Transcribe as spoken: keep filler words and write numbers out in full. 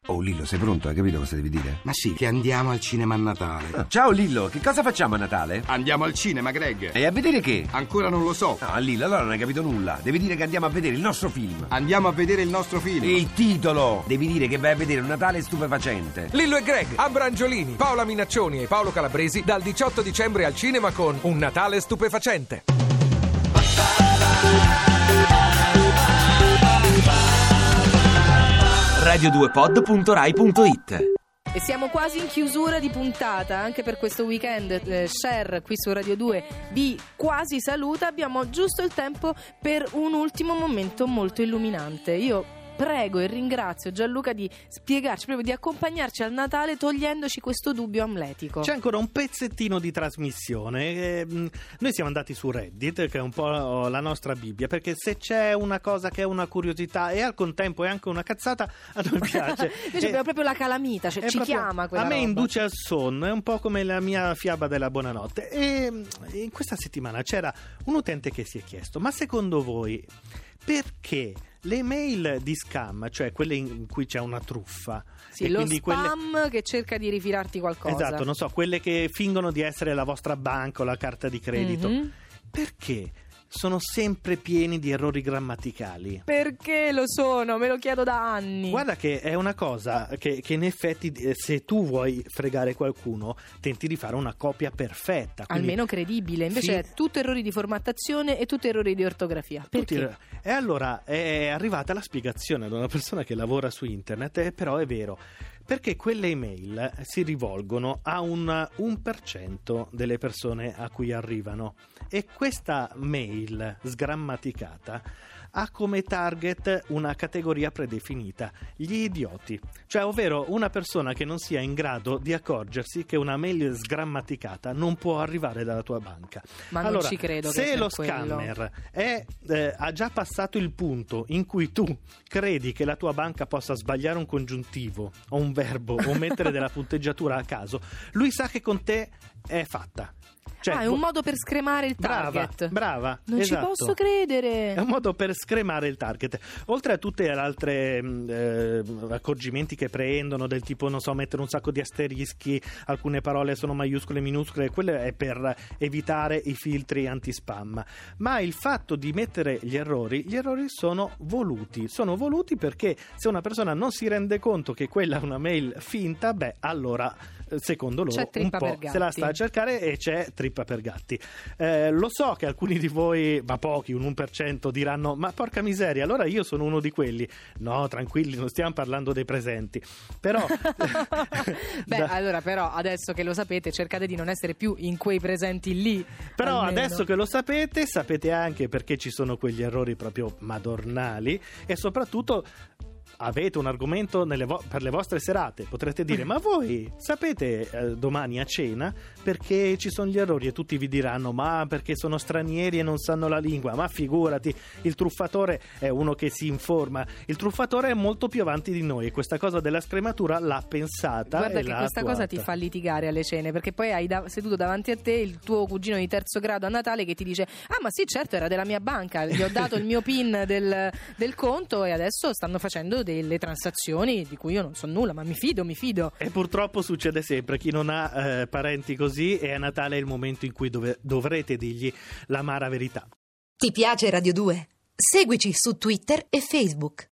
Oh Lillo, sei pronto? Hai capito cosa devi dire? Ma sì, che andiamo al cinema a Natale. Ah, ciao Lillo, che cosa facciamo a Natale? Andiamo al cinema, Greg. E a vedere che? Ancora non lo so. No, Lillo, allora non hai capito nulla. Devi dire che andiamo a vedere il nostro film. Andiamo a vedere il nostro film. Il titolo! Devi dire che vai a vedere un Natale stupefacente. Lillo e Greg, Ambra Angiolini, Paola Minaccioni e Paolo Calabresi dal diciotto dicembre al cinema con Un Natale stupefacente. radio due pod punto rai punto it. E siamo quasi in chiusura di puntata, anche per questo weekend. eh, Cher qui su Radio due vi quasi saluta. Abbiamo giusto il tempo per un ultimo momento molto illuminante. Io prego e ringrazio Gianluca di spiegarci, proprio di accompagnarci al Natale togliendoci questo dubbio amletico. C'è ancora un pezzettino di trasmissione. eh, Noi siamo andati su Reddit, che è un po' la nostra Bibbia, perché se c'è una cosa che è una curiosità e al contempo è anche una cazzata, a noi piace. Noi abbiamo proprio la calamita, cioè È ci proprio- chiama quella a me roba. induce al sonno, è un po' come la mia fiaba della buonanotte. E in questa settimana c'era un utente che si è chiesto: ma secondo voi perché le mail di scam, cioè quelle in cui c'è una truffa, Sì, e lo quindi quelle- spam che cerca di rifilarti qualcosa. esatto, non so, quelle che fingono di essere la vostra banca o la carta di credito, Mhm. perché sono sempre pieni di errori grammaticali? Perché lo sono? Me lo chiedo da anni. Guarda che è una cosa che, che in effetti, eh, se tu vuoi fregare qualcuno, tenti di fare una copia perfetta. quindi Almeno credibile. Invece Sì. è tutto errori di formattazione e tutto errori di ortografia. tutti- Perché? E allora è arrivata la spiegazione da una persona che lavora su internet, eh, però è vero. Perché quelle email si rivolgono a un uno per cento delle persone a cui arrivano, e questa mail sgrammaticata ha come target una categoria predefinita: gli idioti, cioè ovvero una persona che non sia in grado di accorgersi che una mail sgrammaticata non può arrivare dalla tua banca. Ma non allora, ci credo che se sia lo quello. scammer è, eh, ha già passato il punto in cui tu credi che la tua banca possa sbagliare un congiuntivo o un verbo o mettere della punteggiatura a caso, lui sa che con te è fatta. Cioè, ah, è un modo per scremare il brava, target. brava, Non esatto. ci posso credere. È un modo per scremare il target. Oltre a tutte le altre mh, eh, accorgimenti che prendono, del tipo, non so, mettere un sacco di asterischi, alcune parole sono maiuscole e minuscole, quello è per evitare i filtri anti-spam. Ma il fatto di mettere gli errori, gli errori sono voluti. Sono voluti perché se una persona non si rende conto che quella è una mail finta, beh, allora secondo loro C'è un trippa po' per gatti. se la sta a cercare e c'è trippa per gatti. Eh, lo so che alcuni di voi, ma pochi, un uno per cento, diranno: ma porca miseria, allora io sono uno di quelli. No, tranquilli, non stiamo parlando dei presenti. Però Beh, da- allora però adesso che lo sapete, cercate di non essere più in quei presenti lì. Però almeno. adesso che lo sapete, sapete anche perché ci sono quegli errori proprio madornali, e soprattutto avete un argomento nelle vo- per le vostre serate. Potrete dire: ma voi sapete eh, domani a cena perché ci sono gli errori? E tutti vi diranno: ma perché sono stranieri e non sanno la lingua. Ma figurati, il truffatore è uno che si informa. Il truffatore è molto più avanti di noi, e questa cosa della scrematura l'ha pensata. Guarda e che l'ha questa cosa ti attuata. fa litigare alle cene, perché poi hai da- seduto davanti a te il tuo cugino di terzo grado a Natale che ti dice: ah, ma sì, certo, era della mia banca, gli ho dato il mio PIN del, del conto e adesso stanno facendo delle transazioni di cui io non so nulla, ma mi fido, mi fido. E purtroppo succede sempre. Chi non ha eh, parenti così, e a Natale è il momento in cui dove- dovrete dirgli l'amara verità. Ti piace Radio due? Seguici su Twitter e Facebook.